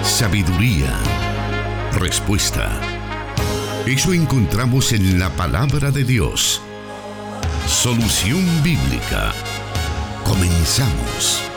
sabiduría, respuesta. Eso encontramos en la palabra de Dios. Solución Bíblica. Comenzamos.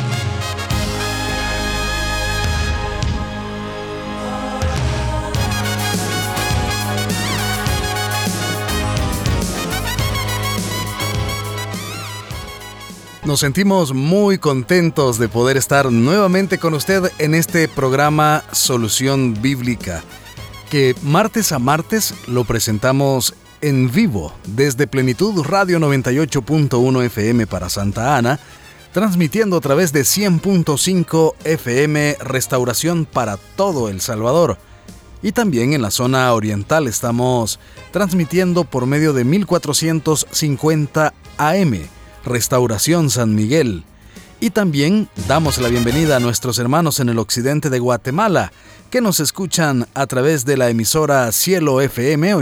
Nos sentimos muy contentos de poder estar nuevamente con usted en este programa Solución Bíblica, que martes a martes lo presentamos en vivo desde Plenitud Radio 98.1 FM para Santa Ana, transmitiendo a través de 100.5 FM Restauración para todo El Salvador. Y también en la zona oriental estamos transmitiendo por medio de 1450 AM. Restauración San Miguel. Y también damos la bienvenida a nuestros hermanos en el occidente de Guatemala, que nos escuchan a través de la emisora Cielo FM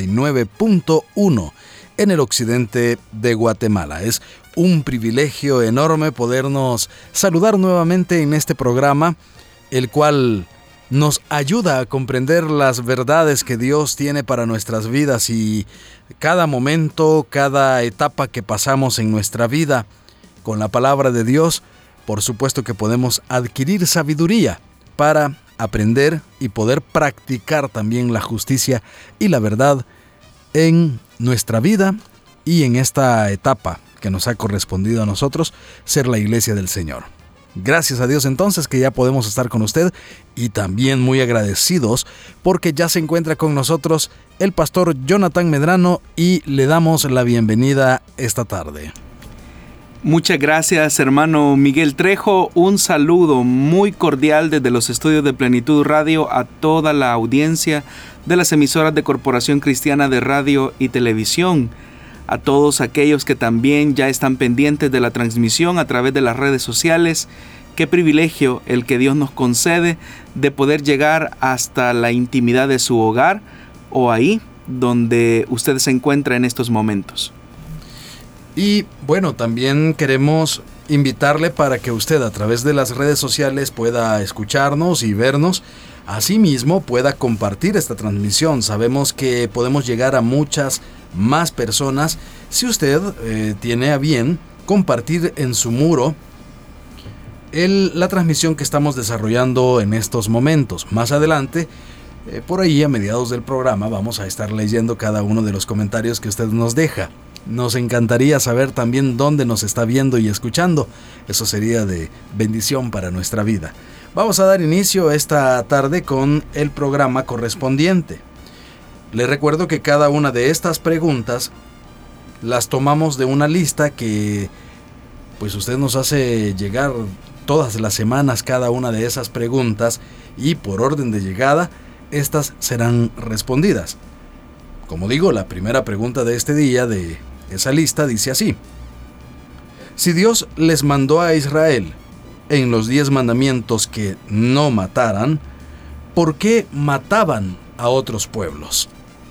89.1 en el occidente de Guatemala. Es un privilegio enorme podernos saludar nuevamente en este programa, el cual nos ayuda a comprender las verdades que Dios tiene para nuestras vidas, y cada momento, cada etapa que pasamos en nuestra vida con la palabra de Dios, por supuesto que podemos adquirir sabiduría para aprender y poder practicar también la justicia y la verdad en nuestra vida y en esta etapa que nos ha correspondido a nosotros ser la iglesia del Señor. Gracias a Dios entonces que ya podemos estar con usted, y también muy agradecidos porque ya se encuentra con nosotros el pastor Jonathan Medrano, y le damos la bienvenida esta tarde. Muchas gracias, hermano Miguel Trejo. Un saludo muy cordial desde los estudios de Plenitud Radio a toda la audiencia de las emisoras de Corporación Cristiana de Radio y Televisión. A todos aquellos que también ya están pendientes de la transmisión a través de las redes sociales. Qué privilegio el que Dios nos concede de poder llegar hasta la intimidad de su hogar, o ahí donde usted se encuentra en estos momentos. Y bueno, también queremos invitarle para que usted a través de las redes sociales pueda escucharnos y vernos. Asimismo, pueda compartir esta transmisión. Sabemos que podemos llegar a muchas más personas si usted tiene a bien compartir en su muro la transmisión que estamos desarrollando en estos momentos. Más adelante, por ahí a mediados del programa, vamos a estar leyendo cada uno de los comentarios que usted nos deja. Nos encantaría saber también dónde nos está viendo y escuchando. Eso sería de bendición para nuestra vida. Vamos a dar inicio esta tarde con el programa correspondiente. Les recuerdo que cada una de estas preguntas las tomamos de una lista que pues usted nos hace llegar todas las semanas cada una de esas preguntas, y por orden de llegada estas serán respondidas. Como digo, la primera pregunta de este día de esa lista dice así: si Dios les mandó a Israel en los 10 mandamientos que no mataran, ¿por qué mataban a otros pueblos?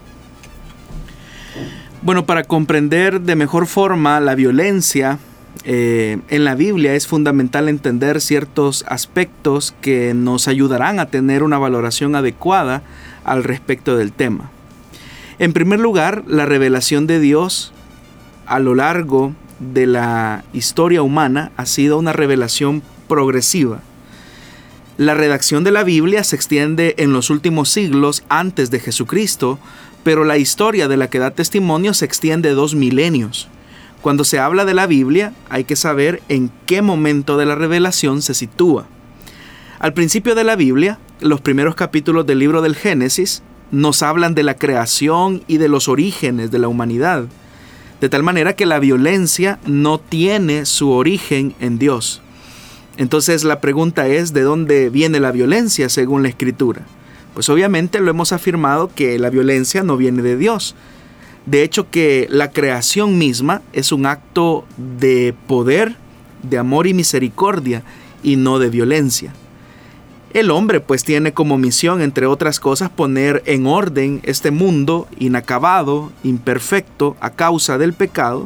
Bueno, para comprender de mejor forma la violencia en la Biblia es fundamental entender ciertos aspectos que nos ayudarán a tener una valoración adecuada al respecto del tema. En primer lugar, la revelación de Dios a lo largo de la historia humana ha sido una revelación progresiva. La redacción de la Biblia se extiende en los últimos siglos antes de Jesucristo, pero la historia de la que da testimonio se extiende 2 milenios. Cuando se habla de la Biblia, hay que saber en qué momento de la revelación se sitúa. Al principio de la Biblia, los primeros capítulos del libro del Génesis nos hablan de la creación y de los orígenes de la humanidad, de tal manera que la violencia no tiene su origen en Dios. Entonces la pregunta es, ¿de dónde viene la violencia según la Escritura? Pues obviamente lo hemos afirmado que la violencia no viene de Dios. De hecho, que la creación misma es un acto de poder, de amor y misericordia, y no de violencia. El hombre pues tiene como misión, entre otras cosas, poner en orden este mundo inacabado, imperfecto, a causa del pecado,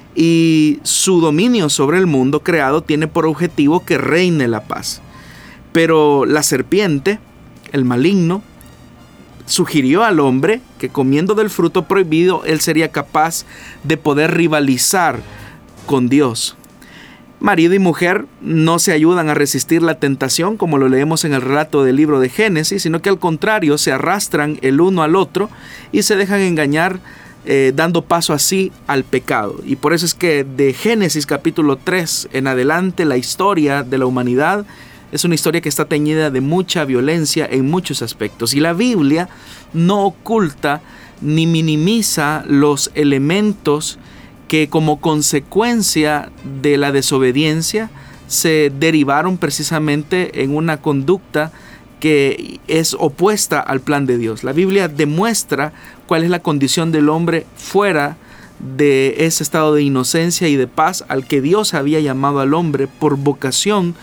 y su dominio sobre el mundo creado tiene por objetivo que reine la paz. Pero la serpiente, el maligno, sugirió al hombre que comiendo del fruto prohibido, él sería capaz de poder rivalizar con Dios. Marido y mujer no se ayudan a resistir la tentación, como lo leemos en el relato del libro de Génesis, sino que al contrario se arrastran el uno al otro y se dejan engañar, dando paso así al pecado. Y por eso es que de Génesis capítulo 3 en adelante, la historia de la humanidad es una historia que está teñida de mucha violencia en muchos aspectos. Y la Biblia no oculta ni minimiza los elementos que como consecuencia de la desobediencia se derivaron precisamente en una conducta que es opuesta al plan de Dios. La Biblia demuestra cuál es la condición del hombre fuera de ese estado de inocencia y de paz al que Dios había llamado al hombre por vocación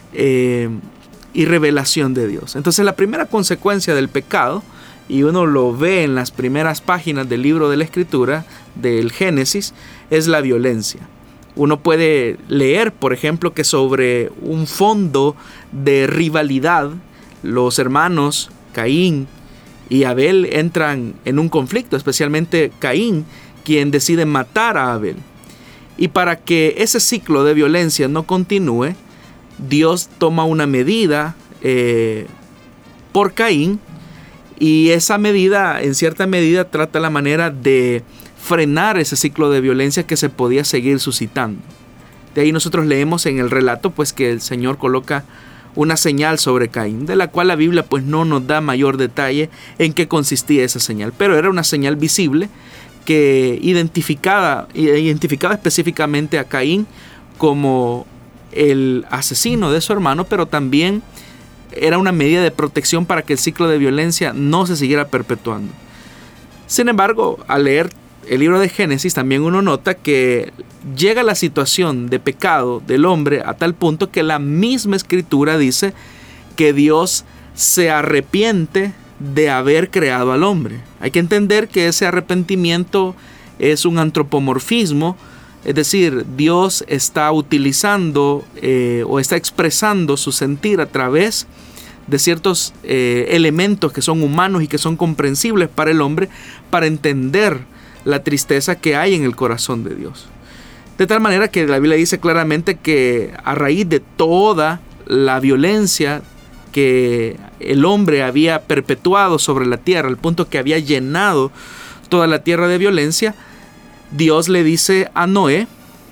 y revelación de Dios. Entonces la primera consecuencia del pecado, y uno lo ve en las primeras páginas del libro de la Escritura, del Génesis, es la violencia. Uno puede leer, por ejemplo, que sobre un fondo de rivalidad, los hermanos Caín y Abel entran en un conflicto, especialmente Caín, quien decide matar a Abel. Y para que ese ciclo de violencia no continúe, Dios toma una medida por Caín, y esa medida, en cierta medida, trata la manera de frenar ese ciclo de violencia que se podía seguir suscitando. De ahí nosotros leemos en el relato pues que el Señor coloca una señal sobre Caín, de la cual la Biblia pues no nos da mayor detalle en qué consistía esa señal, pero era una señal visible que identificaba específicamente a Caín como el asesino de su hermano, pero también era una medida de protección para que el ciclo de violencia no se siguiera perpetuando. Sin embargo, al leer el libro de Génesis también uno nota que llega la situación de pecado del hombre a tal punto que la misma Escritura dice que Dios se arrepiente de haber creado al hombre. Hay que entender que ese arrepentimiento es un antropomorfismo, es decir, Dios está utilizando o está expresando su sentir a través de ciertos elementos que son humanos y que son comprensibles para el hombre, para entender la tristeza que hay en el corazón de Dios. De tal manera que la Biblia dice claramente que a raíz de toda la violencia que el hombre había perpetuado sobre la tierra, al punto que había llenado toda la tierra de violencia, Dios le dice a Noé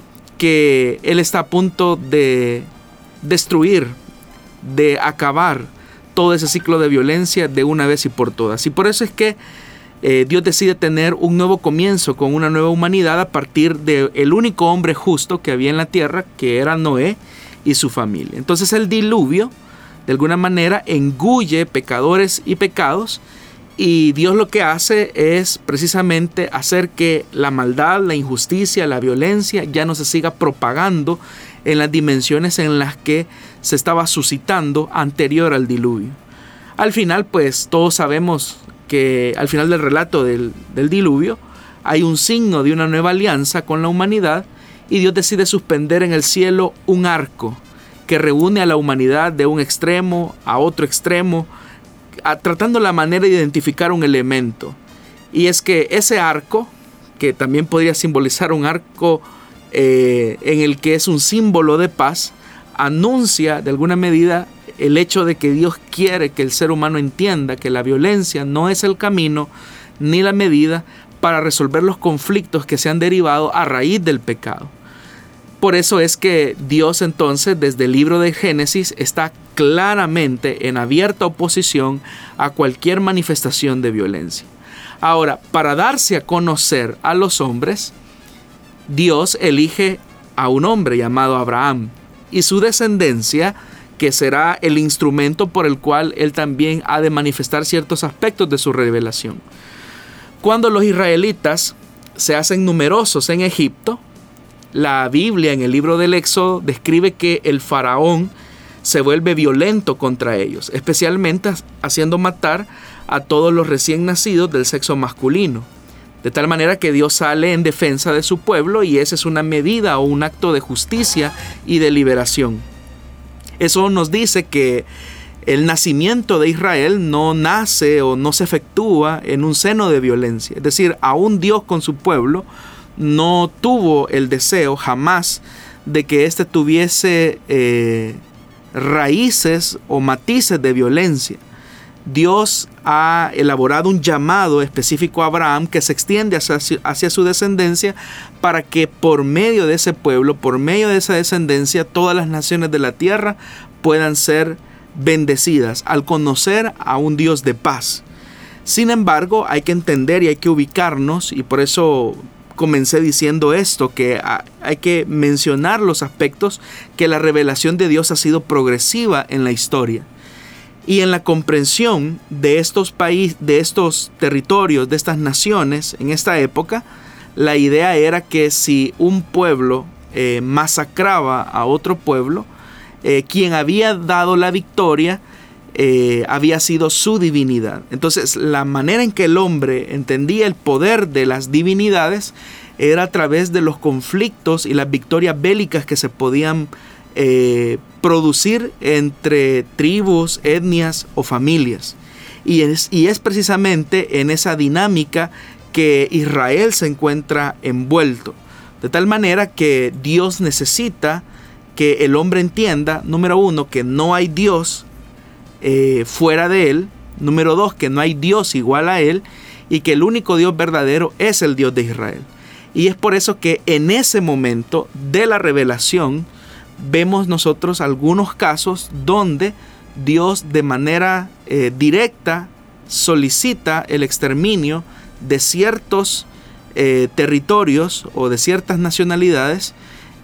que él está a punto de destruir, de acabar todo ese ciclo de violencia de una vez y por todas. Y por eso es que Dios decide tener un nuevo comienzo con una nueva humanidad a partir del único hombre justo que había en la tierra, que era Noé y su familia. Entonces el diluvio, de alguna manera, engulle pecadores y pecados, y Dios lo que hace es precisamente hacer que la maldad, la injusticia, la violencia ya no se siga propagando en las dimensiones en las que se estaba suscitando anterior al diluvio. Al final, pues todos sabemos que al final del relato del diluvio hay un signo de una nueva alianza con la humanidad, y Dios decide suspender en el cielo un arco que reúne a la humanidad de un extremo a otro extremo, tratando la manera de identificar un elemento. Y es que ese arco, que también podría simbolizar un arco en el que es un símbolo de paz, anuncia de alguna medida el hecho de que Dios quiere que el ser humano entienda que la violencia no es el camino ni la medida para resolver los conflictos que se han derivado a raíz del pecado. Por eso es que Dios entonces desde el libro de Génesis está claramente en abierta oposición a cualquier manifestación de violencia. Ahora, para darse a conocer a los hombres, Dios elige a un hombre llamado Abraham y su descendencia, que será el instrumento por el cual él también ha de manifestar ciertos aspectos de su revelación. Cuando los israelitas se hacen numerosos en Egipto, la Biblia en el libro del Éxodo describe que el faraón se vuelve violento contra ellos, especialmente haciendo matar a todos los recién nacidos del sexo masculino. De tal manera que Dios sale en defensa de su pueblo, y esa es una medida o un acto de justicia y de liberación. Eso nos dice que el nacimiento de Israel no nace o no se efectúa en un seno de violencia. Es decir, aún Dios con su pueblo no tuvo el deseo jamás de que éste tuviese raíces o matices de violencia. Dios ha elaborado un llamado específico a Abraham que se extiende hacia su descendencia, para que por medio de ese pueblo, por medio de esa descendencia, todas las naciones de la tierra puedan ser bendecidas al conocer a un Dios de paz. Sin embargo, hay que entender y hay que ubicarnos, y por eso comencé diciendo esto, que hay que mencionar los aspectos que la revelación de Dios ha sido progresiva en la historia. Y en la comprensión de estos países, de estos territorios, de estas naciones en esta época, la idea era que si un pueblo masacraba a otro pueblo, quien había dado la victoria había sido su divinidad. Entonces, la manera en que el hombre entendía el poder de las divinidades era a través de los conflictos y las victorias bélicas que se podían producir entre tribus, etnias o familias. Y es precisamente en esa dinámica que Israel se encuentra envuelto. De tal manera que Dios necesita que el hombre entienda, número uno, que no hay Dios fuera de él. Número dos, que no hay Dios igual a él, y que el único Dios verdadero es el Dios de Israel. Y es por eso que en ese momento de la revelación vemos nosotros algunos casos donde Dios de manera directa solicita el exterminio de ciertos territorios o de ciertas nacionalidades,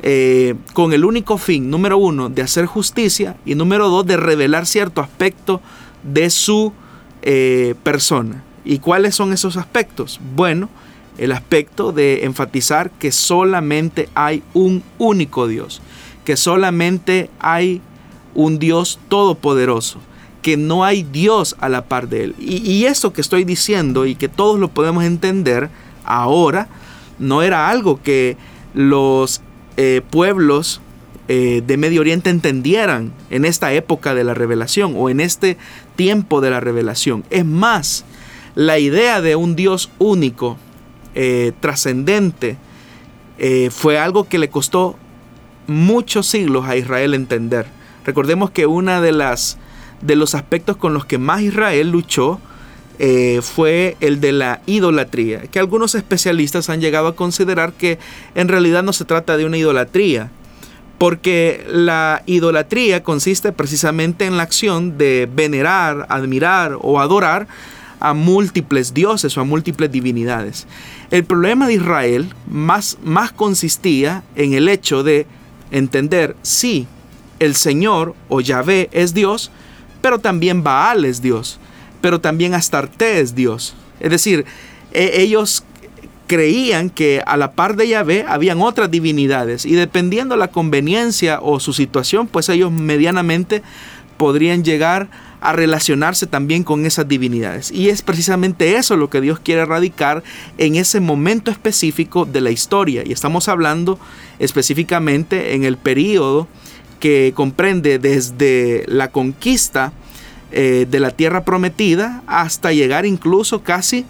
con el único fin, número uno, de hacer justicia, y número dos, de revelar cierto aspecto de su persona. ¿Y cuáles son esos aspectos? Bueno, el aspecto de enfatizar que solamente hay un único Dios, que solamente hay un Dios todopoderoso, que no hay Dios a la par de él. Y eso que estoy diciendo y que todos lo podemos entender ahora, no era algo que los pueblos de Medio Oriente entendieran en esta época de la revelación o en este tiempo de la revelación. Es más, la idea de un Dios único, trascendente, fue algo que le costó muchos siglos a Israel entender. Recordemos que una de los aspectos con los que más Israel luchó fue el de la idolatría, que algunos especialistas han llegado a considerar que en realidad no se trata de una idolatría, porque la idolatría consiste precisamente en la acción de venerar, admirar o adorar a múltiples dioses o a múltiples divinidades. El problema de Israel más consistía en el hecho de entender, sí, el Señor o Yahvé es Dios, pero también Baal es Dios, pero también Astarte es Dios. Es decir, ellos creían que a la par de Yahvé habían otras divinidades, y dependiendo la conveniencia o su situación, pues ellos medianamente podrían llegar a relacionarse también con esas divinidades. Y es precisamente eso lo que Dios quiere erradicar en ese momento específico de la historia. Y estamos hablando específicamente en el período que comprende desde la conquista de la tierra prometida hasta llegar incluso casi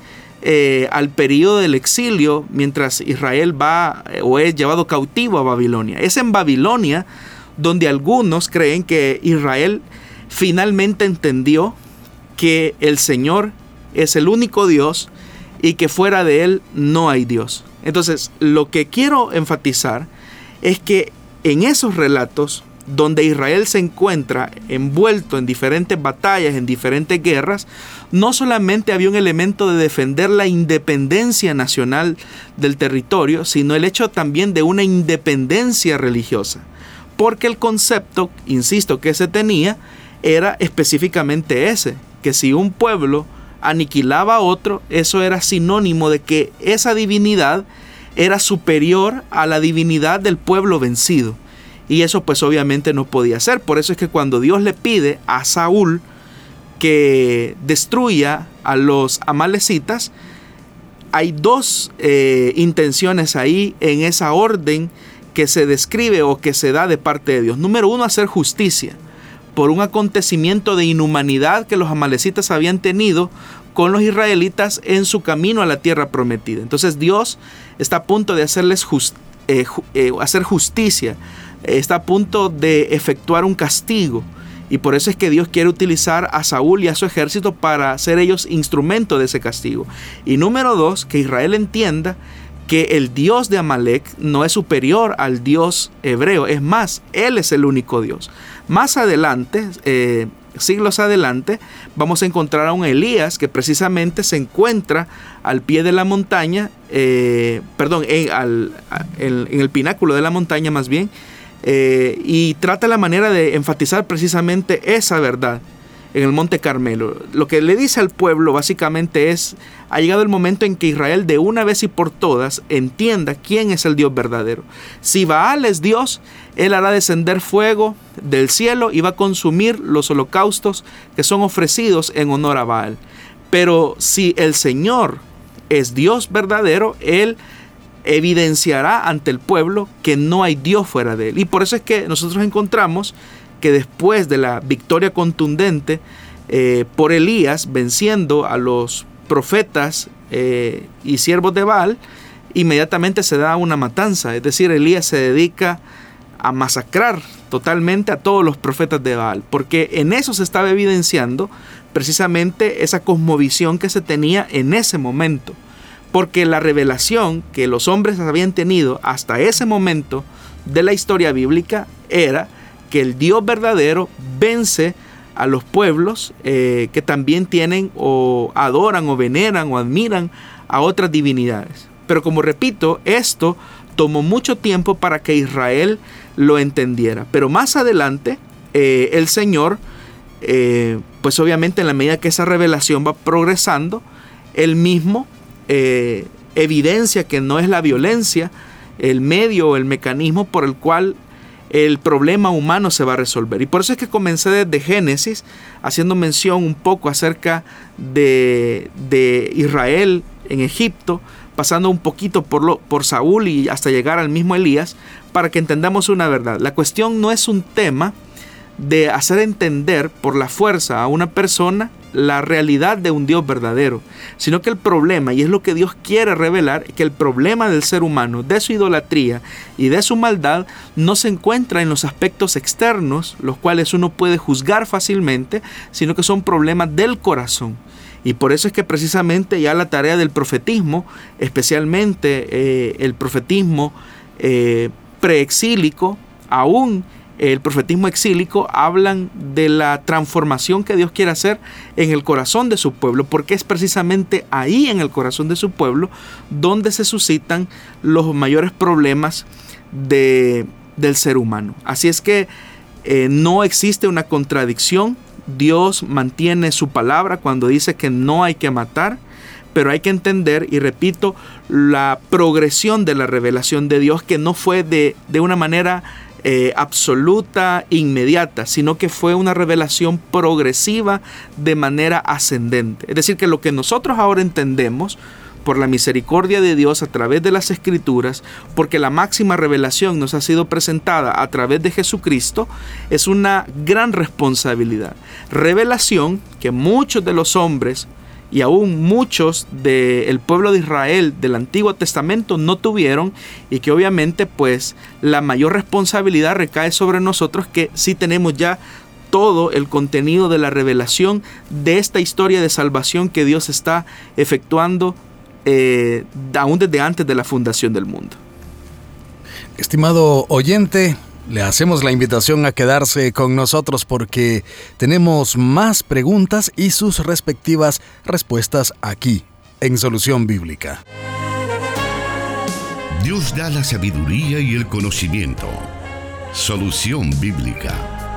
al período del exilio, mientras Israel va o es llevado cautivo a Babilonia. Es en Babilonia donde algunos creen que Israel finalmente entendió que el Señor es el único Dios y que fuera de él no hay Dios. Entonces, lo que quiero enfatizar es que en esos relatos donde Israel se encuentra envuelto en diferentes batallas, en diferentes guerras, no solamente había un elemento de defender la independencia nacional del territorio, sino el hecho también de una independencia religiosa. Porque el concepto, insisto, que se tenía era específicamente ese, que si un pueblo aniquilaba a otro, eso era sinónimo de que esa divinidad era superior a la divinidad del pueblo vencido. Y eso pues obviamente no podía ser. Por eso es que cuando Dios le pide a Saúl que destruya a los amalecitas, hay dos intenciones ahí en esa orden que se describe o que se da de parte de Dios. Número uno, hacer justicia. por un acontecimiento de inhumanidad que los amalecitas habían tenido con los israelitas en su camino a la tierra prometida. Entonces Dios está a punto de hacerles hacer justicia, está a punto de efectuar un castigo. Y por eso es que Dios quiere utilizar a Saúl y a su ejército para ser ellos instrumento de ese castigo. Y número 2, que Israel entienda que el Dios de Amalek no es superior al Dios hebreo. Es más, Él es el único Dios. Más adelante, siglos adelante, vamos a encontrar a un Elías que precisamente se encuentra al pie de la montaña, en el pináculo de la montaña más bien, y trata la manera de enfatizar precisamente esa verdad en el Monte Carmelo. Lo que le dice al pueblo básicamente es: ha llegado el momento en que Israel de una vez y por todas entienda quién es el Dios verdadero. Si Baal es Dios, Él hará descender fuego del cielo y va a consumir los holocaustos que son ofrecidos en honor a Baal. Pero si el Señor es Dios verdadero, Él evidenciará ante el pueblo que no hay Dios fuera de Él. Y por eso es que nosotros encontramos que después de la victoria contundente por Elías, venciendo a los profetas y siervos de Baal, inmediatamente se da una matanza. Es decir, Elías se dedica a masacrar totalmente a todos los profetas de Baal, porque en eso se estaba evidenciando precisamente esa cosmovisión que se tenía en ese momento. Porque la revelación que los hombres habían tenido hasta ese momento de la historia bíblica era que el Dios verdadero vence a los pueblos que también tienen o adoran o veneran o admiran a otras divinidades. Pero como repito, esto tomó mucho tiempo para que Israel lo entendiera. Pero más adelante el Señor, pues obviamente en la medida que esa revelación va progresando, Él mismo evidencia que no es la violencia el medio o el mecanismo por el cual el problema humano se va a resolver. Y por eso es que comencé desde Génesis haciendo mención un poco acerca de Israel en Egipto, pasando un poquito por Saúl y hasta llegar al mismo Elías, para que entendamos una verdad. La cuestión no es un tema de hacer entender por la fuerza a una persona la realidad de un Dios verdadero, sino que el problema, y es lo que Dios quiere revelar, que el problema del ser humano, de su idolatría y de su maldad, no se encuentra en los aspectos externos, los cuales uno puede juzgar fácilmente, sino que son problemas del corazón. Y por eso es que precisamente ya la tarea del profetismo, especialmente el profetismo preexílico, aún el profetismo exílico, hablan de la transformación que Dios quiere hacer en el corazón de su pueblo, porque es precisamente ahí en el corazón de su pueblo donde se suscitan los mayores problemas del ser humano. Así es que no existe una contradicción. Dios mantiene su palabra cuando dice que no hay que matar, pero hay que entender, y repito, la progresión de la revelación de Dios, que no fue de una manera absoluta, inmediata, sino que fue una revelación progresiva de manera ascendente. Es decir, que lo que nosotros ahora entendemos por la misericordia de Dios a través de las Escrituras, porque la máxima revelación nos ha sido presentada a través de Jesucristo, es una gran responsabilidad. Revelación que muchos de los hombres y aún muchos del pueblo de Israel del Antiguo Testamento no tuvieron, y que obviamente pues la mayor responsabilidad recae sobre nosotros, que sí tenemos ya todo el contenido de la revelación de esta historia de salvación que Dios está efectuando aún desde antes de la fundación del mundo. Estimado oyente, le hacemos la invitación a quedarse con nosotros porque tenemos más preguntas y sus respectivas respuestas aquí, en Solución Bíblica. Dios da la sabiduría y el conocimiento. Solución Bíblica.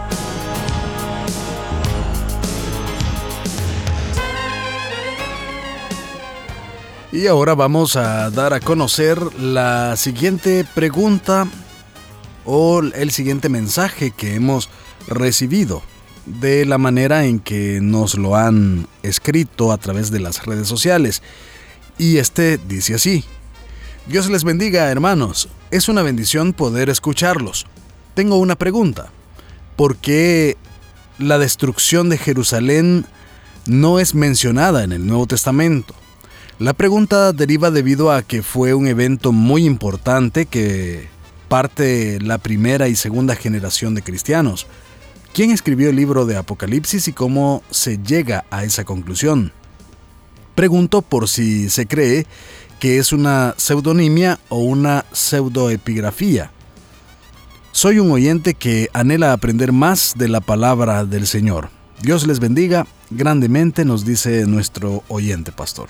Y ahora vamos a dar a conocer la siguiente pregunta o el siguiente mensaje que hemos recibido, de la manera en que nos lo han escrito a través de las redes sociales. Y dice así: Dios les bendiga, hermanos. Es una bendición poder escucharlos. Tengo una pregunta. ¿Por qué la destrucción de Jerusalén no es mencionada en el Nuevo Testamento. La pregunta deriva debido a que fue un evento muy importante que parte la primera y segunda generación de cristianos. ¿Quién escribió el libro de Apocalipsis y cómo se llega a esa conclusión? Pregunto por si se cree que es una pseudonimia o una pseudoepigrafía. Soy un oyente que anhela aprender más de la palabra del Señor. Dios les bendiga grandemente, nos dice nuestro oyente, pastor.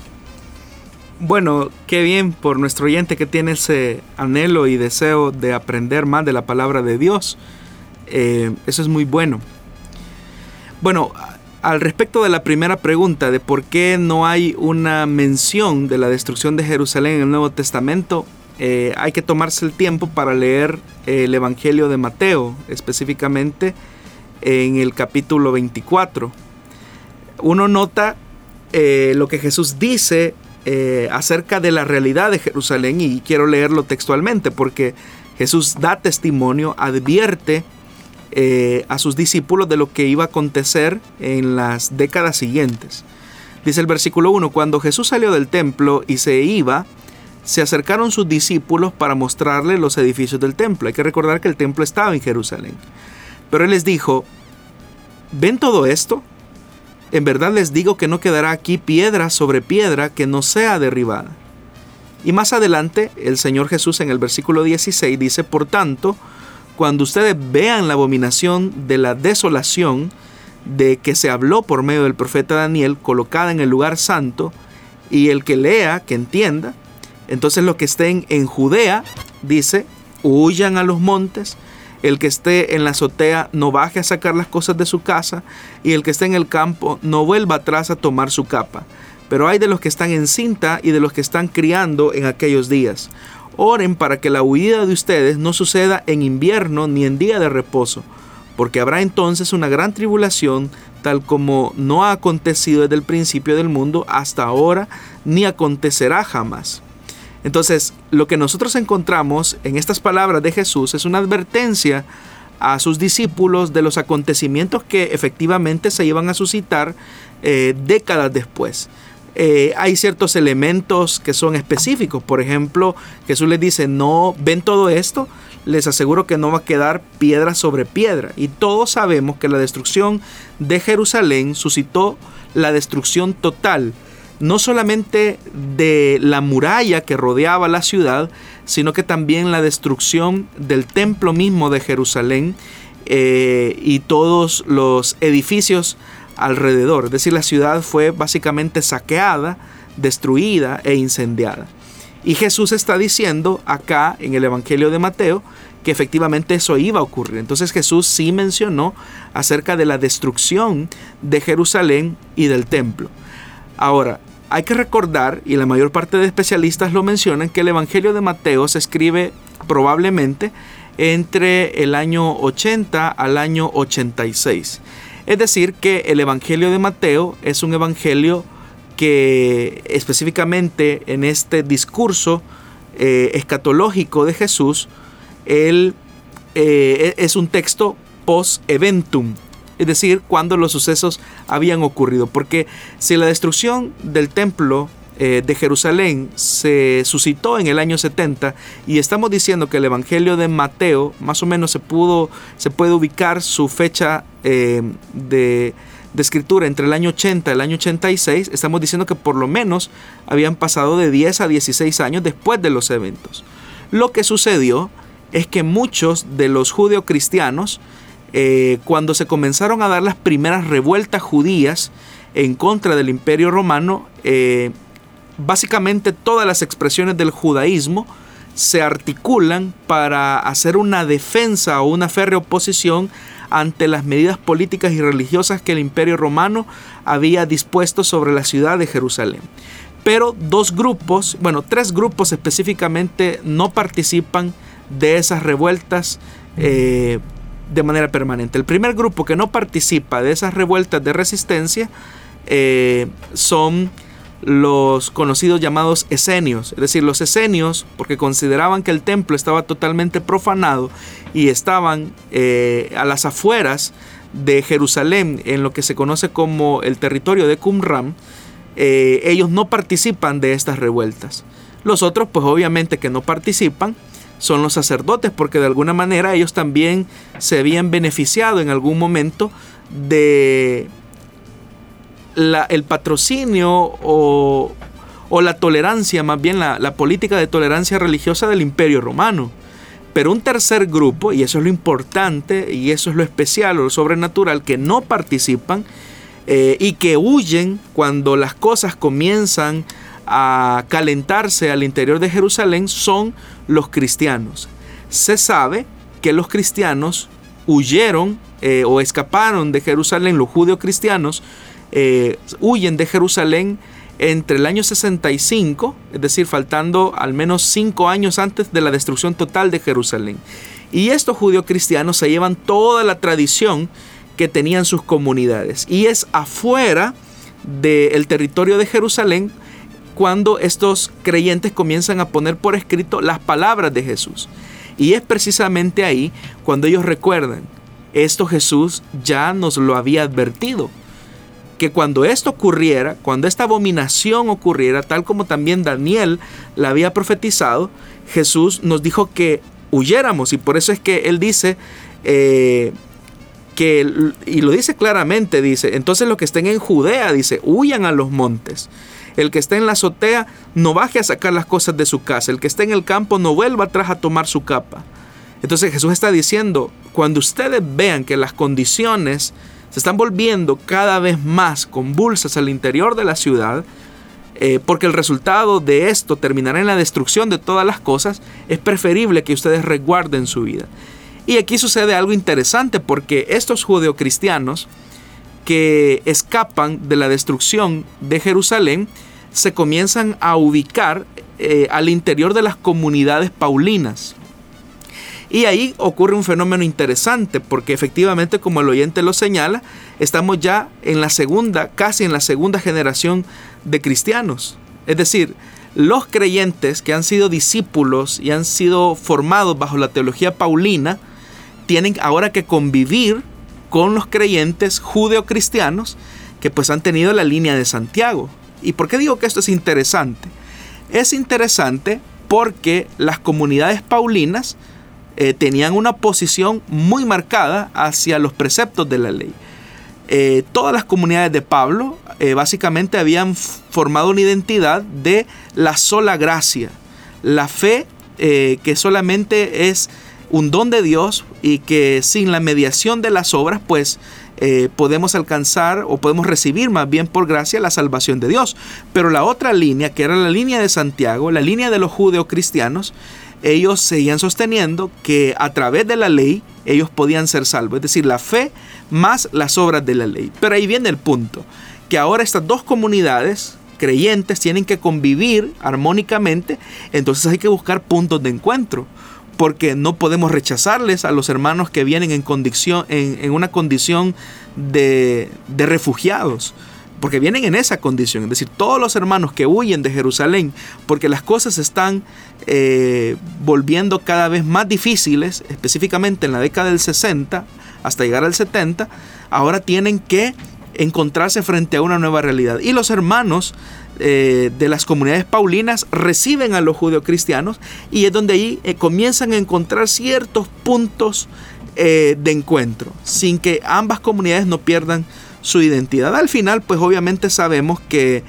Bueno, qué bien por nuestro oyente que tiene ese anhelo y deseo de aprender más de la palabra de Dios. Eso es muy bueno. Bueno, al respecto de la primera pregunta de por qué no hay una mención de la destrucción de Jerusalén en el Nuevo Testamento, hay que tomarse el tiempo para leer el Evangelio de Mateo, específicamente en el capítulo 24. Uno nota lo que Jesús dice acerca de la realidad de Jerusalén, y quiero leerlo textualmente porque Jesús da testimonio, advierte a sus discípulos de lo que iba a acontecer en las décadas siguientes. Dice el versículo 1: cuando Jesús salió del templo y se iba, se acercaron sus discípulos para mostrarle los edificios del templo. Hay que recordar que el templo estaba en Jerusalén. Pero él les dijo: ¿ven todo esto? En verdad les digo que no quedará aquí piedra sobre piedra que no sea derribada. Y más adelante, el Señor Jesús en el versículo 16 dice: por tanto, cuando ustedes vean la abominación de la desolación de que se habló por medio del profeta Daniel, colocada en el lugar santo, y el que lea, que entienda, entonces los que estén en Judea, dice, huyan a los montes. El que esté en la azotea no baje a sacar las cosas de su casa, y el que esté en el campo no vuelva atrás a tomar su capa. Pero hay de los que están en cinta y de los que están criando en aquellos días. Oren para que la huida de ustedes no suceda en invierno ni en día de reposo, porque habrá entonces una gran tribulación, tal como no ha acontecido desde el principio del mundo hasta ahora, ni acontecerá jamás. Entonces, lo que nosotros encontramos en estas palabras de Jesús es una advertencia a sus discípulos de los acontecimientos que efectivamente se iban a suscitar décadas después. Hay ciertos elementos que son específicos. Por ejemplo, Jesús les dice: no ven todo esto, les aseguro que no va a quedar piedra sobre piedra. Y todos sabemos que la destrucción de Jerusalén suscitó la destrucción total, no solamente de la muralla que rodeaba la ciudad, sino que también la destrucción del templo mismo de Jerusalén y todos los edificios alrededor. Es decir, la ciudad fue básicamente saqueada, destruida e incendiada. Y Jesús está diciendo acá en el Evangelio de Mateo que efectivamente eso iba a ocurrir. Entonces Jesús sí mencionó acerca de la destrucción de Jerusalén y del templo. Ahora, hay que recordar, y la mayor parte de especialistas lo mencionan, que el Evangelio de Mateo se escribe probablemente entre el año 80 al año 86. Es decir, que el Evangelio de Mateo es un evangelio que específicamente en este discurso escatológico de Jesús, él es un texto post-eventum. Es decir, cuando los sucesos habían ocurrido. Porque si la destrucción del templo de Jerusalén se suscitó en el año 70 y estamos diciendo que el Evangelio de Mateo más o menos se puede ubicar su fecha de escritura entre el año 80 y el año 86, estamos diciendo que por lo menos habían pasado de 10 a 16 años después de los eventos. Lo que sucedió es que muchos de los judeocristianos, cuando se comenzaron a dar las primeras revueltas judías en contra del Imperio Romano, básicamente todas las expresiones del judaísmo se articulan para hacer una defensa o una férrea oposición ante las medidas políticas y religiosas que el Imperio Romano había dispuesto sobre la ciudad de Jerusalén. Pero tres grupos específicamente no participan de esas revueltas de manera permanente. El primer grupo que no participa de esas revueltas de resistencia son los conocidos llamados esenios. Es decir, los esenios, porque consideraban que el templo estaba totalmente profanado y estaban a las afueras de Jerusalén, en lo que se conoce como el territorio de Qumran, ellos no participan de estas revueltas. Los otros, pues obviamente que no participan, son los sacerdotes, porque de alguna manera ellos también se habían beneficiado en algún momento de el patrocinio o la tolerancia, más bien la política de tolerancia religiosa del Imperio Romano. Pero un tercer grupo, y eso es lo importante, y eso es lo especial o lo sobrenatural, que no participan y que huyen cuando las cosas comienzan a calentarse al interior de Jerusalén, son los cristianos. Se sabe que los cristianos huyeron o escaparon de Jerusalén, los judeocristianos huyen de Jerusalén entre el año 65, es decir, faltando al menos 5 años antes de la destrucción total de Jerusalén. Y estos judeocristianos se llevan toda la tradición que tenían sus comunidades. Y es afuera del territorio de Jerusalén cuando estos creyentes comienzan a poner por escrito las palabras de Jesús. Y es precisamente ahí cuando ellos recuerdan, esto Jesús ya nos lo había advertido, que cuando esto ocurriera, cuando esta abominación ocurriera, tal como también Daniel la había profetizado, Jesús nos dijo que huyéramos. Y por eso es que Él dice, y lo dice claramente, dice, entonces los que estén en Judea, dice, huyan a los montes. El que esté en la azotea no baje a sacar las cosas de su casa. El que esté en el campo no vuelva atrás a tomar su capa. Entonces Jesús está diciendo, cuando ustedes vean que las condiciones se están volviendo cada vez más convulsas al interior de la ciudad, porque el resultado de esto terminará en la destrucción de todas las cosas, es preferible que ustedes resguarden su vida. Y aquí sucede algo interesante, porque estos judeocristianos que escapan de la destrucción de Jerusalén se comienzan a ubicar al interior de las comunidades paulinas. Y ahí ocurre un fenómeno interesante, porque efectivamente, como el oyente lo señala, estamos ya en la segunda, casi en la segunda generación de cristianos. Es decir, los creyentes que han sido discípulos y han sido formados bajo la teología paulina, tienen ahora que convivir con los creyentes judeocristianos que pues han tenido la línea de Santiago. ¿Y por qué digo que esto es interesante? Es interesante porque las comunidades paulinas tenían una posición muy marcada hacia los preceptos de la ley. Todas las comunidades de Pablo básicamente habían formado una identidad de la sola gracia, la fe que solamente es un don de Dios y que sin la mediación de las obras pues podemos alcanzar o podemos recibir más bien por gracia la salvación de Dios. Pero la otra línea, que era la línea de Santiago, la línea de los judeocristianos, ellos seguían sosteniendo que a través de la ley ellos podían ser salvos, es decir, la fe más las obras de la ley. Pero ahí viene el punto, que ahora estas dos comunidades creyentes tienen que convivir armónicamente, entonces hay que buscar puntos de encuentro, porque no podemos rechazarles a los hermanos que vienen en una condición de refugiados, porque vienen en esa condición. Es decir, todos los hermanos que huyen de Jerusalén porque las cosas se están volviendo cada vez más difíciles, específicamente en la década del 60 hasta llegar al 70, ahora tienen que encontrarse frente a una nueva realidad. Y los hermanos de las comunidades paulinas reciben a los judeocristianos, y es donde ahí comienzan a encontrar ciertos puntos de encuentro, sin que ambas comunidades no pierdan su identidad. Al final, pues obviamente sabemos que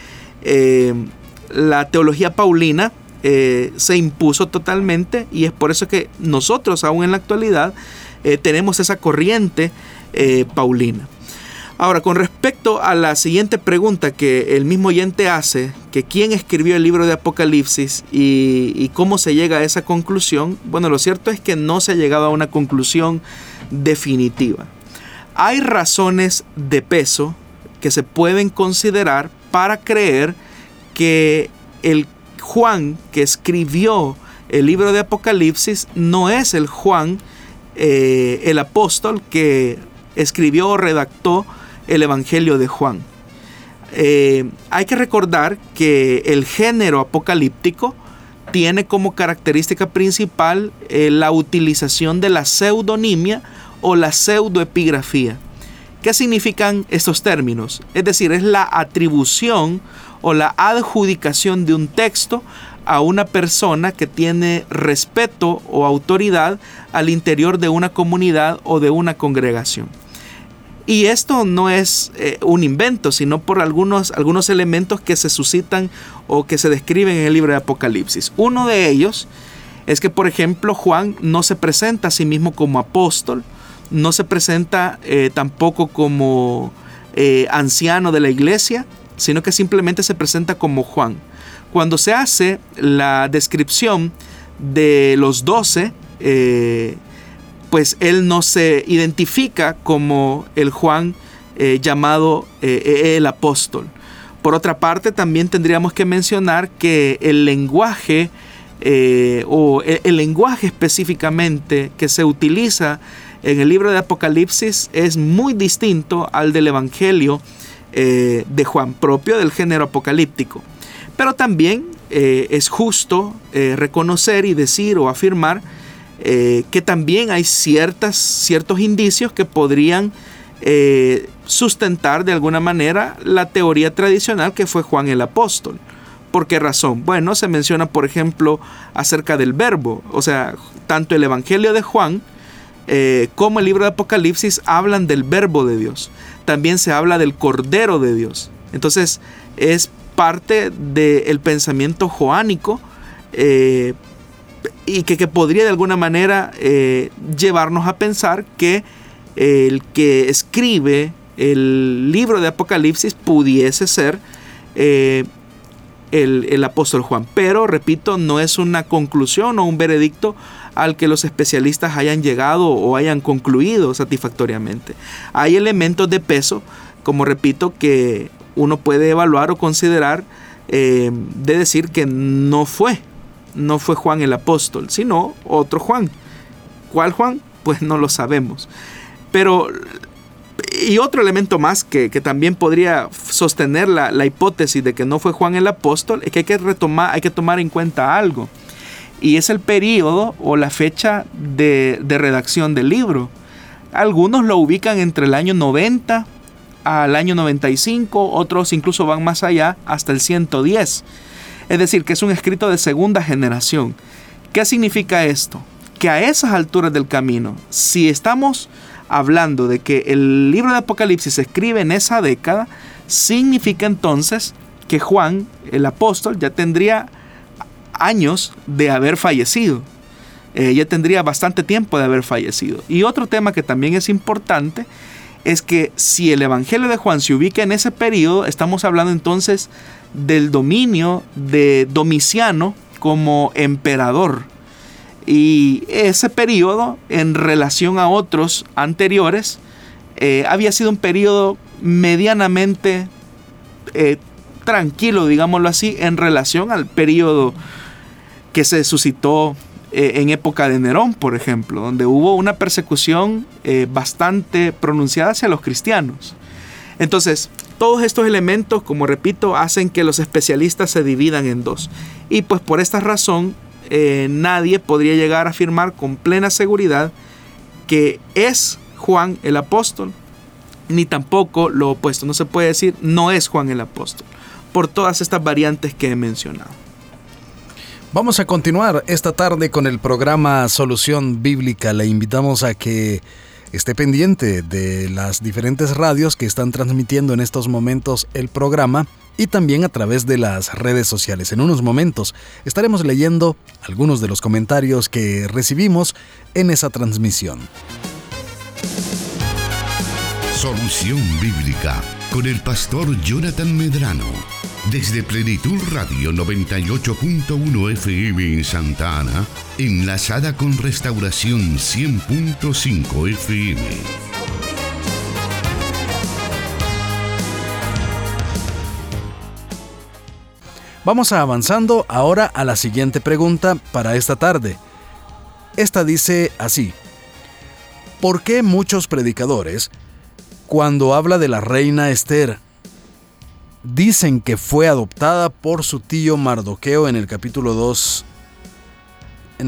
la teología paulina se impuso totalmente, y es por eso que nosotros aún en la actualidad tenemos esa corriente paulina. Ahora, con respecto a la siguiente pregunta que el mismo oyente hace, que quién escribió el libro de Apocalipsis y cómo se llega a esa conclusión, bueno, lo cierto es que no se ha llegado a una conclusión definitiva. Hay razones de peso que se pueden considerar para creer que el Juan que escribió el libro de Apocalipsis no es el Juan, el apóstol que escribió o redactó el Evangelio de Juan. Hay que recordar que el género apocalíptico tiene como característica principal la utilización de la pseudonimia o la pseudoepigrafía. ¿Qué significan estos términos? Es decir, es la atribución o la adjudicación de un texto a una persona que tiene respeto o autoridad al interior de una comunidad o de una congregación. Y esto no es un invento, sino por algunos elementos que se suscitan o que se describen en el libro de Apocalipsis. Uno de ellos es que, por ejemplo, Juan no se presenta a sí mismo como apóstol, no se presenta tampoco como anciano de la iglesia, sino que simplemente se presenta como Juan. Cuando se hace la descripción de los 12, pues él no se identifica como el Juan llamado el apóstol. Por otra parte, también tendríamos que mencionar que el lenguaje o el lenguaje específicamente que se utiliza en el libro de Apocalipsis es muy distinto al del Evangelio de Juan, propio del género apocalíptico. Pero también es justo reconocer y decir o afirmar que también hay ciertos indicios que podrían sustentar de alguna manera la teoría tradicional que fue Juan el apóstol. ¿Por qué razón? Bueno, se menciona, por ejemplo, acerca del verbo. O sea, tanto el Evangelio de Juan como el libro de Apocalipsis hablan del verbo de Dios. También se habla del Cordero de Dios. Entonces, es parte del pensamiento joánico y que podría de alguna manera llevarnos a pensar que el que escribe el libro de Apocalipsis pudiese ser el apóstol Juan. Pero, repito, no es una conclusión o un veredicto al que los especialistas hayan llegado o hayan concluido satisfactoriamente. Hay elementos de peso, como repito, que uno puede evaluar o considerar de decir que no fue Juan el apóstol, sino otro Juan. ¿Cuál Juan? Pues no lo sabemos. Pero, y otro elemento más que también podría sostener la hipótesis de que no fue Juan el apóstol, es que hay que tomar en cuenta algo. Y es el periodo o la fecha de redacción del libro. Algunos lo ubican entre el año 90 al año 95, otros incluso van más allá hasta el 110. Es decir, que es un escrito de segunda generación. ¿Qué significa esto? Que a esas alturas del camino, si estamos hablando de que el libro de Apocalipsis se escribe en esa década, significa entonces que Juan, el apóstol, ya tendría años de haber fallecido. Ya tendría bastante tiempo de haber fallecido. Y otro tema que también es importante es que si el Evangelio de Juan se ubica en ese periodo, estamos hablando entonces del dominio de Domiciano como emperador. Y ese periodo, en relación a otros anteriores, había sido un periodo medianamente tranquilo, digámoslo así, en relación al periodo que se suscitó en época de Nerón, por ejemplo, donde hubo una persecución bastante pronunciada hacia los cristianos. Entonces, todos estos elementos, como repito, hacen que los especialistas se dividan en dos. Y pues por esta razón, nadie podría llegar a afirmar con plena seguridad que es Juan el apóstol, ni tampoco lo opuesto. No se puede decir no es Juan el apóstol, por todas estas variantes que he mencionado. Vamos a continuar esta tarde con el programa Solución Bíblica. Le invitamos a que esté pendiente de las diferentes radios que están transmitiendo en estos momentos el programa y también a través de las redes sociales. En unos momentos estaremos leyendo algunos de los comentarios que recibimos en esa transmisión. Solución Bíblica con el pastor Jonathan Medrano. Desde Plenitud Radio 98.1 FM en Santa Ana, enlazada con Restauración 100.5 FM. Vamos avanzando ahora a la siguiente pregunta para esta tarde. Esta dice así: ¿por qué muchos predicadores, cuando habla de la reina Esther, dicen que fue adoptada por su tío Mardoqueo? En el capítulo 2,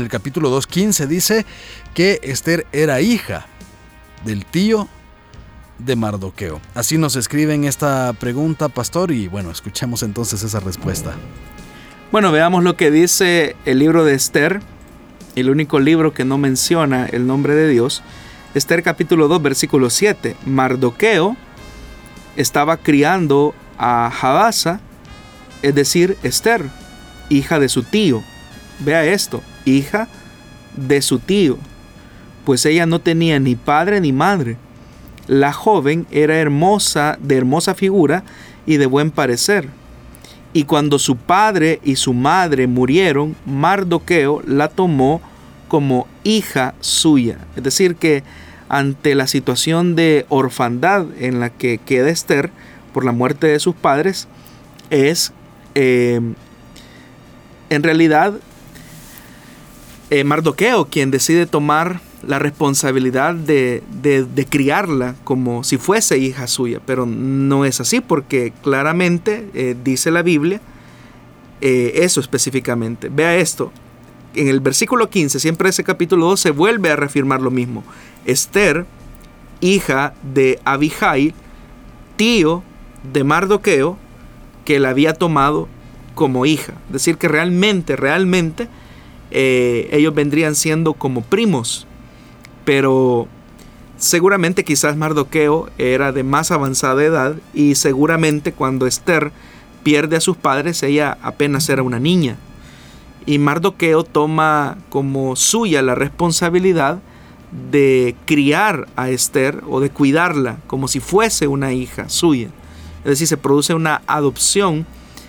15 dice que Esther era hija del tío de Mardoqueo? Así nos escriben esta pregunta, pastor, y bueno, escuchemos entonces esa respuesta. Bueno, veamos lo que dice el libro de Esther, el único libro que no menciona el nombre de Dios. Esther capítulo 2, versículo 7. Mardoqueo estaba criando a Hadasa, es decir, Esther, hija de su tío. Vea esto, hija de su tío, pues ella no tenía ni padre ni madre. La joven era hermosa, de hermosa figura y de buen parecer. Y cuando su padre y su madre murieron, Mardoqueo la tomó como hija suya. Es decir, que ante la situación de orfandad en la que queda Esther por la muerte de sus padres, es en realidad Mardoqueo quien decide tomar la responsabilidad de criarla como si fuese hija suya, pero no es así, porque claramente dice la Biblia eso específicamente. Vea esto, en el versículo 15, siempre ese capítulo 2 se vuelve a reafirmar lo mismo. Esther, hija de Abihail, tío de Mardoqueo, que la había tomado como hija. Es decir, que realmente ellos vendrían siendo como primos. Pero seguramente quizás Mardoqueo era de más avanzada edad, y seguramente cuando Esther pierde a sus padres, ella apenas era una niña. Y Mardoqueo toma como suya la responsabilidad de criar a Esther, o de cuidarla como si fuese una hija suya. Es decir, se produce una adopción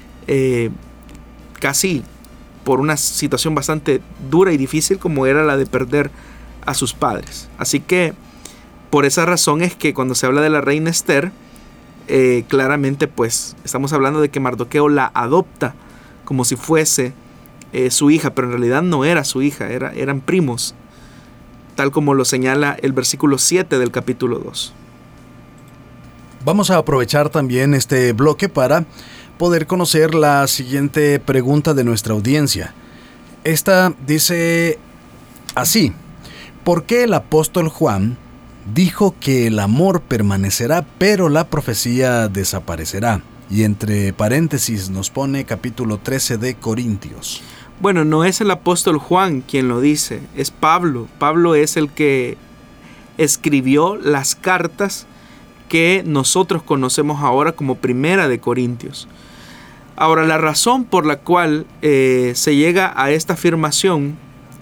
casi por una situación bastante dura y difícil, como era la de perder a sus padres. Así que por esa razón es que cuando se habla de la reina Esther, claramente pues estamos hablando de que Mardoqueo la adopta como si fuese su hija, pero en realidad no era su hija, eran primos, tal como lo señala el versículo 7 del capítulo 2. Vamos a aprovechar también este bloque para poder conocer la siguiente pregunta de nuestra audiencia. Esta dice así: ¿por qué el apóstol Juan dijo que el amor permanecerá, pero la profecía desaparecerá? Y entre paréntesis nos pone capítulo 13 de Corintios. Bueno, no es el apóstol Juan quien lo dice, es Pablo. Pablo es el que escribió las cartas que nosotros conocemos ahora como Primera de Corintios. Ahora, la razón por la cual se llega a esta afirmación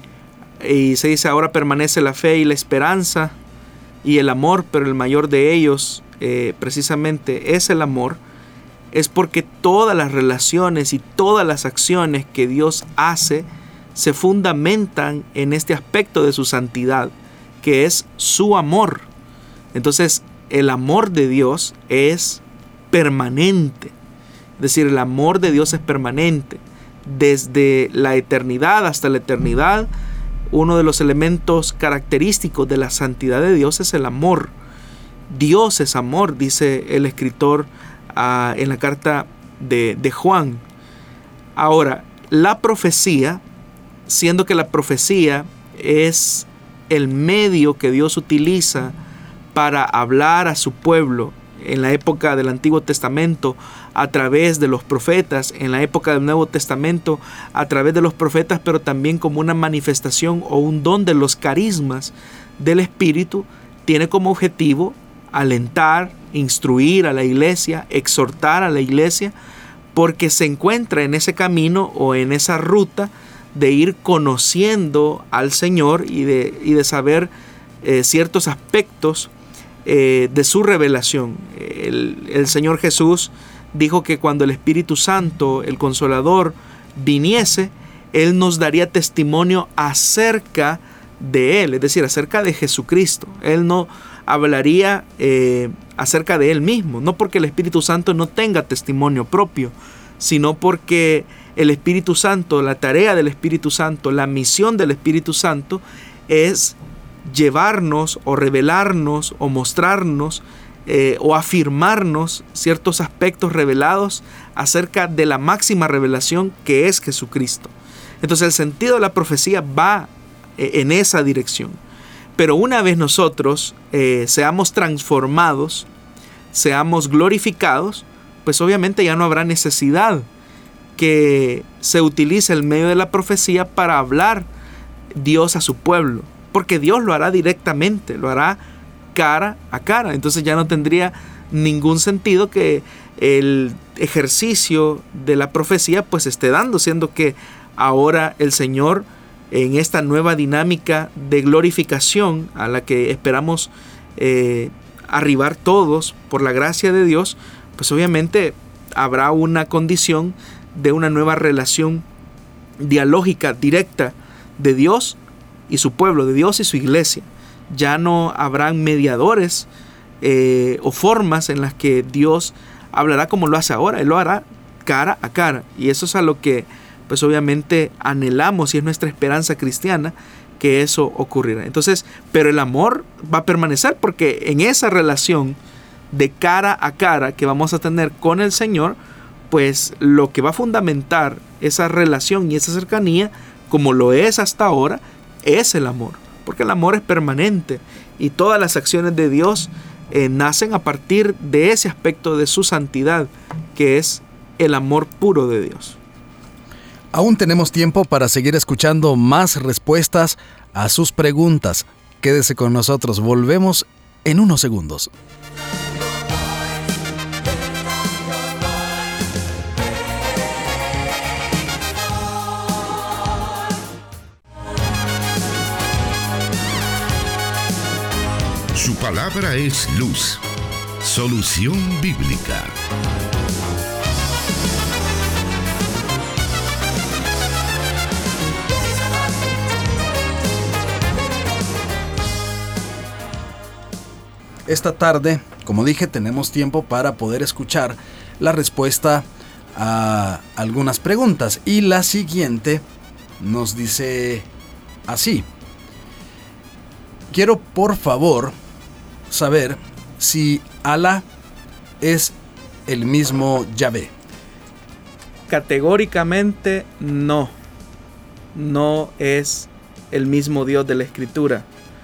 y se dice ahora permanece la fe y la esperanza y el amor, pero el mayor de ellos precisamente es el amor, es porque todas las relaciones y todas las acciones que Dios hace se fundamentan en este aspecto de su santidad, que es su amor. Entonces, el amor de Dios es permanente. Es decir, el amor de Dios es permanente. Desde la eternidad hasta la eternidad, uno de los elementos característicos de la santidad de Dios es el amor. Dios es amor, dice el escritor en la carta de Juan. Ahora, la profecía, siendo que la profecía es el medio que Dios utiliza para hablar a su pueblo en la época del Antiguo Testamento a través de los profetas, en la época del Nuevo Testamento a través de los profetas, pero también como una manifestación o un don de los carismas del Espíritu, tiene como objetivo alentar, instruir a la iglesia, exhortar a la iglesia, porque se encuentra en ese camino o en esa ruta de ir conociendo al Señor y de saber ciertos aspectos de su revelación. El Señor Jesús dijo que cuando el Espíritu Santo, el Consolador, viniese, Él nos daría testimonio acerca de Él, es decir, acerca de Jesucristo. Él no hablaría acerca de Él mismo, no porque el Espíritu Santo no tenga testimonio propio, sino porque el Espíritu Santo, la tarea del Espíritu Santo, la misión del Espíritu Santo es llevarnos o revelarnos o mostrarnos o afirmarnos ciertos aspectos revelados acerca de la máxima revelación que es Jesucristo. Entonces el sentido de la profecía va en esa dirección. Pero una vez nosotros seamos transformados, seamos glorificados, pues obviamente ya no habrá necesidad que se utilice el medio de la profecía para hablar Dios a su pueblo, porque Dios lo hará directamente, lo hará cara a cara. Entonces ya no tendría ningún sentido que el ejercicio de la profecía pues esté dando, siendo que ahora el Señor, en esta nueva dinámica de glorificación a la que esperamos arribar todos por la gracia de Dios, pues obviamente habrá una condición de una nueva relación dialógica directa de Dios y su pueblo, de Dios y su iglesia. Ya no habrán mediadores o formas en las que Dios hablará como lo hace ahora. Él lo hará cara a cara, y eso es a lo que pues obviamente anhelamos, y es nuestra esperanza cristiana que eso ocurrirá. Entonces, pero el amor va a permanecer, porque en esa relación de cara a cara que vamos a tener con el Señor, pues lo que va a fundamentar esa relación y esa cercanía, como lo es hasta ahora, es el amor, porque el amor es permanente y todas las acciones de Dios nacen a partir de ese aspecto de su santidad, que es el amor puro de Dios. Aún tenemos tiempo para seguir escuchando más respuestas a sus preguntas. Quédese con nosotros, volvemos en unos segundos. Su palabra es luz. Solución Bíblica. Esta tarde, como dije, tenemos tiempo para poder escuchar la respuesta a algunas preguntas. Y la siguiente nos dice así: quiero por favor saber si Alá es el mismo Yahvé. Categóricamente no es el mismo Dios de la Escritura.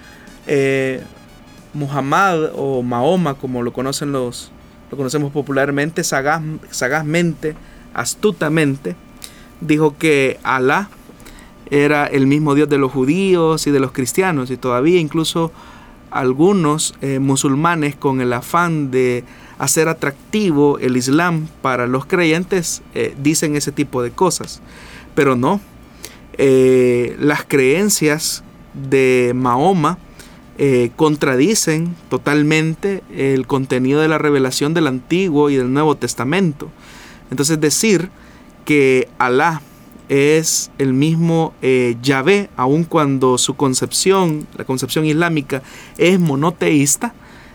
Muhammad o Mahoma, como lo conocemos popularmente, sagazmente, astutamente, dijo que Alá era el mismo Dios de los judíos y de los cristianos, y todavía incluso algunos musulmanes, con el afán de hacer atractivo el Islam para los creyentes, dicen ese tipo de cosas. Pero no, las creencias de Mahoma contradicen totalmente el contenido de la revelación del Antiguo y del Nuevo Testamento. Entonces, decir que Alá es el mismo Yahvé, aun cuando su concepción, la concepción islámica, es monoteísta,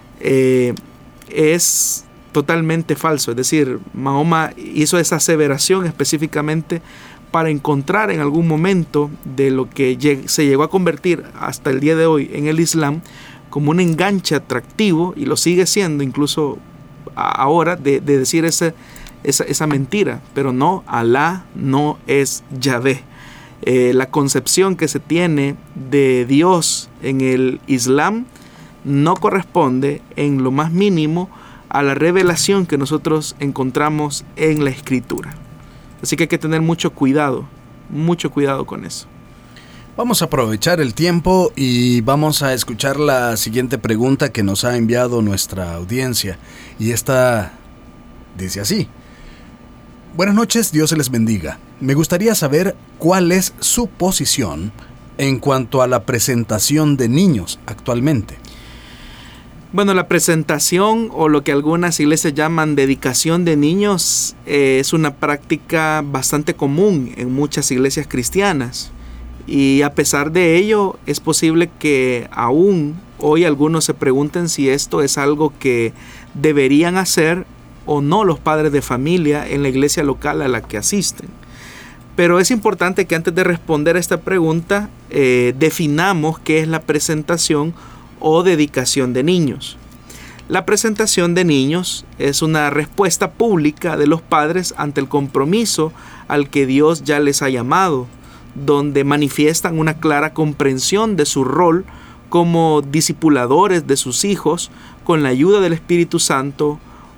es totalmente falso. Es decir, Mahoma hizo esa aseveración específicamente para encontrar en algún momento de lo que se llegó a convertir hasta el día de hoy en el Islam como un enganche atractivo, y lo sigue siendo incluso ahora, de decir esa mentira. Pero no, Alá no es Yahvé. La concepción que se tiene de Dios en el Islam no corresponde en lo más mínimo a la revelación que nosotros encontramos en la Escritura. Así que hay que tener mucho cuidado con eso. Vamos a aprovechar el tiempo y vamos a escuchar la siguiente pregunta que nos ha enviado nuestra audiencia. Y esta dice así: buenas noches, Dios se les bendiga. Me gustaría saber cuál es su posición en cuanto a la presentación de niños actualmente. Bueno, la presentación, o lo que algunas iglesias llaman dedicación de niños, es una práctica bastante común en muchas iglesias cristianas. Y a pesar de ello, es posible que aún hoy algunos se pregunten si esto es algo que deberían hacer o no los padres de familia en la iglesia local a la que asisten. Pero es importante que antes de responder a esta pregunta, definamos qué es la presentación o dedicación de niños. La presentación de niños es una respuesta pública de los padres ante el compromiso al que Dios ya les ha llamado, donde manifiestan una clara comprensión de su rol como discipuladores de sus hijos, con la ayuda del Espíritu Santo,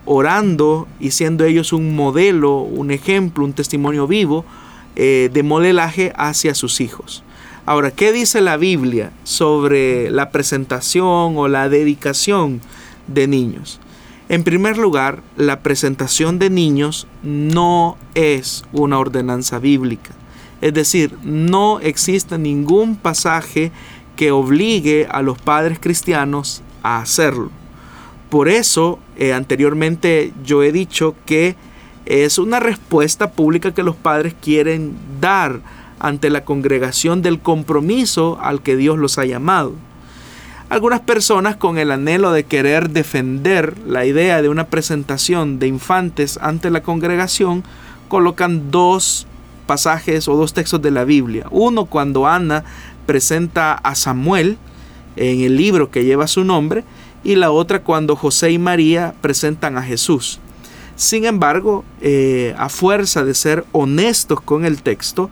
orando y siendo ellos un modelo, un ejemplo, un testimonio vivo de modelaje hacia sus hijos. Ahora, ¿qué dice la Biblia sobre la presentación o la dedicación de niños? En primer lugar, la presentación de niños no es una ordenanza bíblica. Es decir, no existe ningún pasaje que obligue a los padres cristianos a hacerlo. Por eso, anteriormente yo he dicho que es una respuesta pública que los padres quieren dar ante la congregación del compromiso al que Dios los ha llamado. Algunas personas, con el anhelo de querer defender la idea de una presentación de infantes ante la congregación, colocan dos pasajes o dos textos de la Biblia. Uno, cuando Ana presenta a Samuel en el libro que lleva su nombre, y la otra cuando José y María presentan a Jesús. Sin embargo, a fuerza de ser honestos con el texto,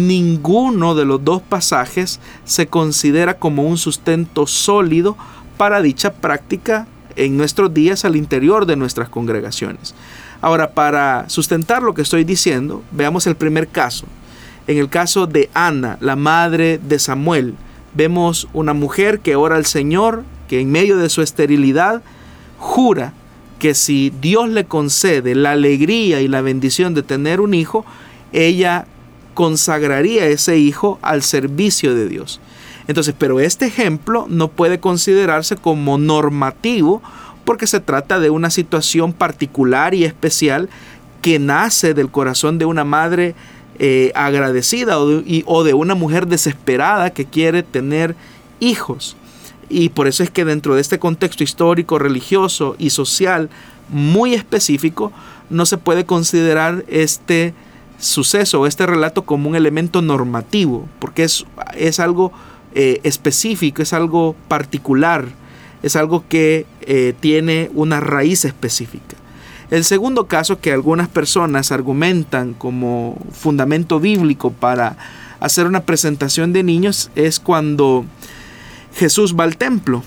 ninguno de los dos pasajes se considera como un sustento sólido para dicha práctica en nuestros días al interior de nuestras congregaciones. Ahora, para sustentar lo que estoy diciendo, veamos el primer caso. En el caso de Ana, la madre de Samuel, vemos una mujer que ora al Señor, que en medio de su esterilidad jura que si Dios le concede la alegría y la bendición de tener un hijo, ella consagraría ese hijo al servicio de Dios. Entonces, pero este ejemplo no puede considerarse como normativo porque se trata de una situación particular y especial que nace del corazón de una madre agradecida o de una mujer desesperada que quiere tener hijos. Y por eso es que dentro de este contexto histórico, religioso y social muy específico, no se puede considerar este suceso o este relato como un elemento normativo, porque es algo específico, es algo particular, es algo que tiene una raíz específica. El segundo caso que algunas personas argumentan como fundamento bíblico para hacer una presentación de niños es cuando Jesús va al templo.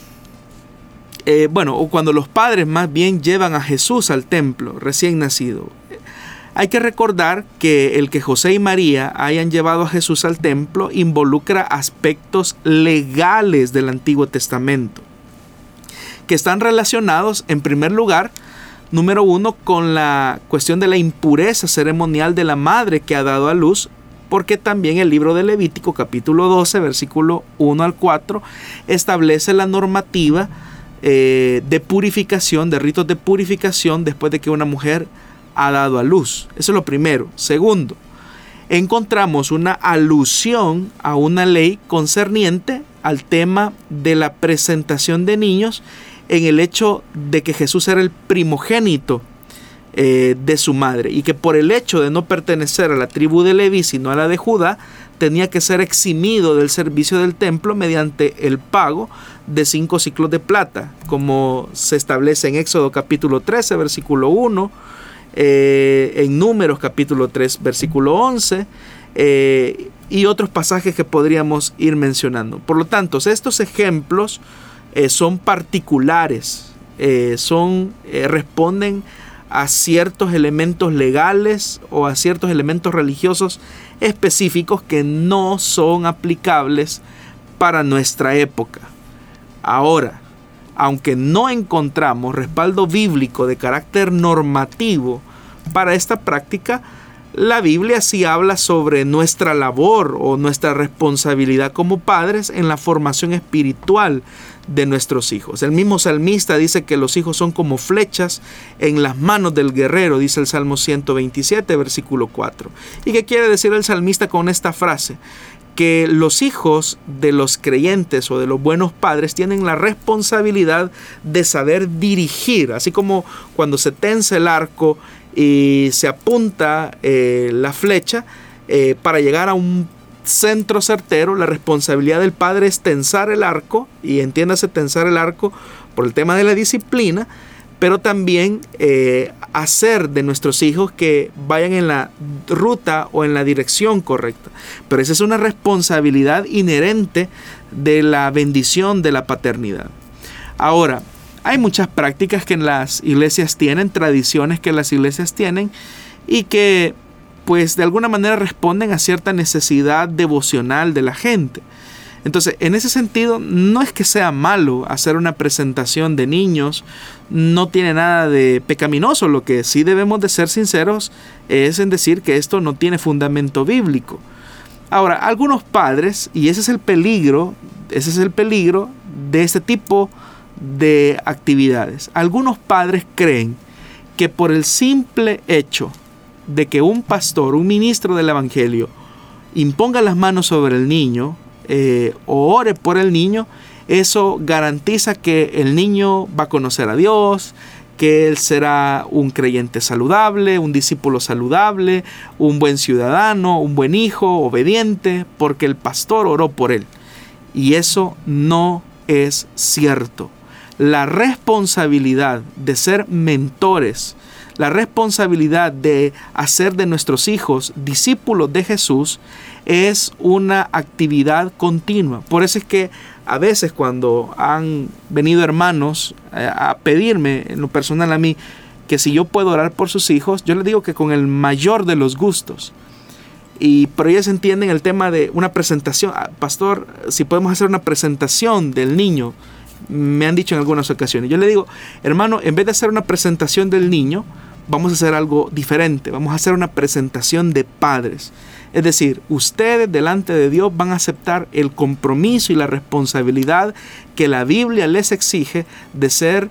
O cuando los padres más bien llevan a Jesús al templo recién nacido. Hay que recordar que el que José y María hayan llevado a Jesús al templo involucra aspectos legales del Antiguo Testamento, que están relacionados, en primer lugar, número uno, con la cuestión de la impureza ceremonial de la madre que ha dado a luz, porque también el libro de Levítico, capítulo 12, versículo 1 al 4, establece la normativa de purificación, de ritos de purificación después de que una mujer ha dado a luz. Eso es lo primero. Segundo, encontramos una alusión a una ley concerniente al tema de la presentación de niños en el hecho de que Jesús era el primogénito de su madre y que por el hecho de no pertenecer a la tribu de Leví sino a la de Judá, tenía que ser eximido del servicio del templo mediante el pago de 5 siclos de plata, como se establece en Éxodo capítulo 13 versículo 1, en Números capítulo 3 versículo 11 y otros pasajes que podríamos ir mencionando. Por lo tanto, estos ejemplos son particulares, responden a ciertos elementos legales o a ciertos elementos religiosos específicos que no son aplicables para nuestra época. Ahora, aunque no encontramos respaldo bíblico de carácter normativo para esta práctica, la Biblia sí habla sobre nuestra labor o nuestra responsabilidad como padres en la formación espiritual de nuestros hijos. El mismo salmista dice que los hijos son como flechas en las manos del guerrero, dice el Salmo 127, versículo 4. ¿Y qué quiere decir el salmista con esta frase? Que los hijos de los creyentes o de los buenos padres tienen la responsabilidad de saber dirigir, así como cuando se tensa el arco y se apunta la flecha para llegar a un centro certero. La responsabilidad del padre es tensar el arco, y entiéndase tensar el arco por el tema de la disciplina, pero también hacer de nuestros hijos que vayan en la ruta o en la dirección correcta. Pero esa es una responsabilidad inherente de la bendición de la paternidad. Ahora, hay muchas prácticas que en las iglesias tienen, tradiciones que las iglesias tienen y que pues de alguna manera responden a cierta necesidad devocional de la gente. Entonces, en ese sentido, no es que sea malo hacer una presentación de niños, no tiene nada de pecaminoso. Lo que sí debemos de ser sinceros es en decir que esto no tiene fundamento bíblico. Ahora, algunos padres, y ese es el peligro de este tipo de actividades. Algunos padres creen que por el simple hecho de que un pastor, un ministro del evangelio, imponga las manos sobre el niño, o ore por el niño, eso garantiza que el niño va a conocer a Dios, que él será un creyente saludable, un discípulo saludable, un buen ciudadano, un buen hijo, obediente, porque el pastor oró por él. Y eso no es cierto. La responsabilidad de ser mentores, la responsabilidad de hacer de nuestros hijos discípulos de Jesús es una actividad continua. Por eso es que a veces cuando han venido hermanos a pedirme en lo personal a mí que si yo puedo orar por sus hijos, yo les digo que con el mayor de los gustos. Pero ellos entienden el tema de una presentación. Pastor, si podemos hacer una presentación del niño, me han dicho en algunas ocasiones. Yo le digo, hermano, en vez de hacer una presentación del niño, vamos a hacer algo diferente. Vamos a hacer una presentación de padres. Es decir, ustedes delante de Dios van a aceptar el compromiso y la responsabilidad que la Biblia les exige de ser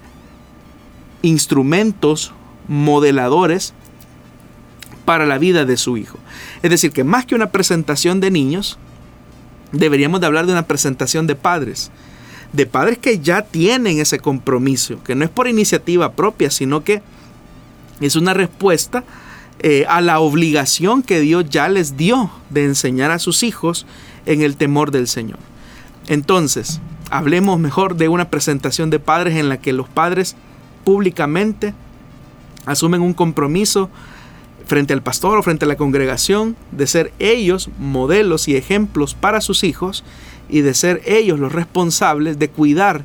instrumentos modeladores para la vida de su hijo. Es decir, que más que una presentación de niños, deberíamos de hablar de una presentación de padres que ya tienen ese compromiso, que no es por iniciativa propia, sino que es una respuesta a la obligación que Dios ya les dio de enseñar a sus hijos en el temor del Señor. Entonces, hablemos mejor de una presentación de padres en la que los padres públicamente asumen un compromiso frente al pastor o frente a la congregación de ser ellos modelos y ejemplos para sus hijos y de ser ellos los responsables de cuidar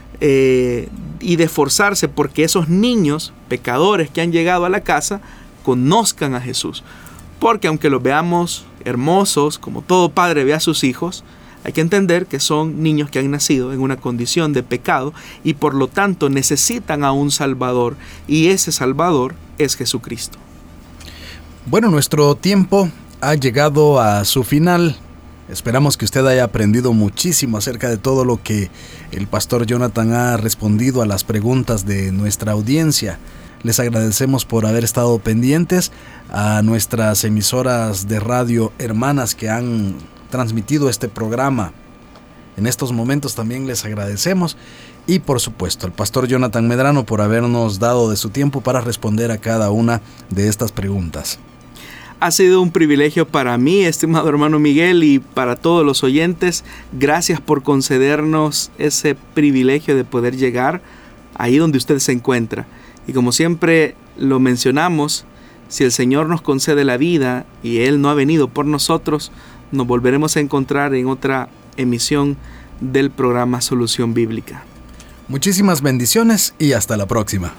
y de esforzarse porque esos niños pecadores que han llegado a la casa conozcan a Jesús. Porque aunque los veamos hermosos, como todo padre ve a sus hijos, hay que entender que son niños que han nacido en una condición de pecado y por lo tanto necesitan a un Salvador, y ese Salvador es Jesucristo. Bueno, nuestro tiempo ha llegado a su final. Esperamos que usted haya aprendido muchísimo acerca de todo lo que el pastor Jonathan ha respondido a las preguntas de nuestra audiencia. Les agradecemos por haber estado pendientes, a nuestras emisoras de radio hermanas que han transmitido este programa. En estos momentos también les agradecemos, y por supuesto al pastor Jonathan Medrano por habernos dado de su tiempo para responder a cada una de estas preguntas. Ha sido un privilegio para mí, estimado hermano Miguel, y para todos los oyentes. Gracias por concedernos ese privilegio de poder llegar ahí donde usted se encuentra. Y como siempre lo mencionamos, si el Señor nos concede la vida y Él no ha venido por nosotros, nos volveremos a encontrar en otra emisión del programa Solución Bíblica. Muchísimas bendiciones y hasta la próxima.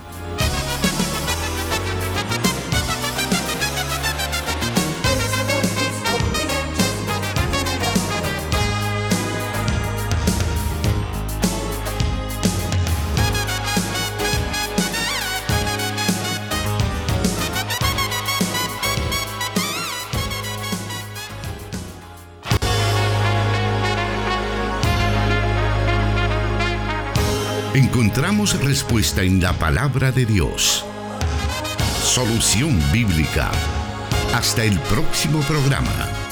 Encontramos respuesta en la palabra de Dios. Solución Bíblica. Hasta el próximo programa.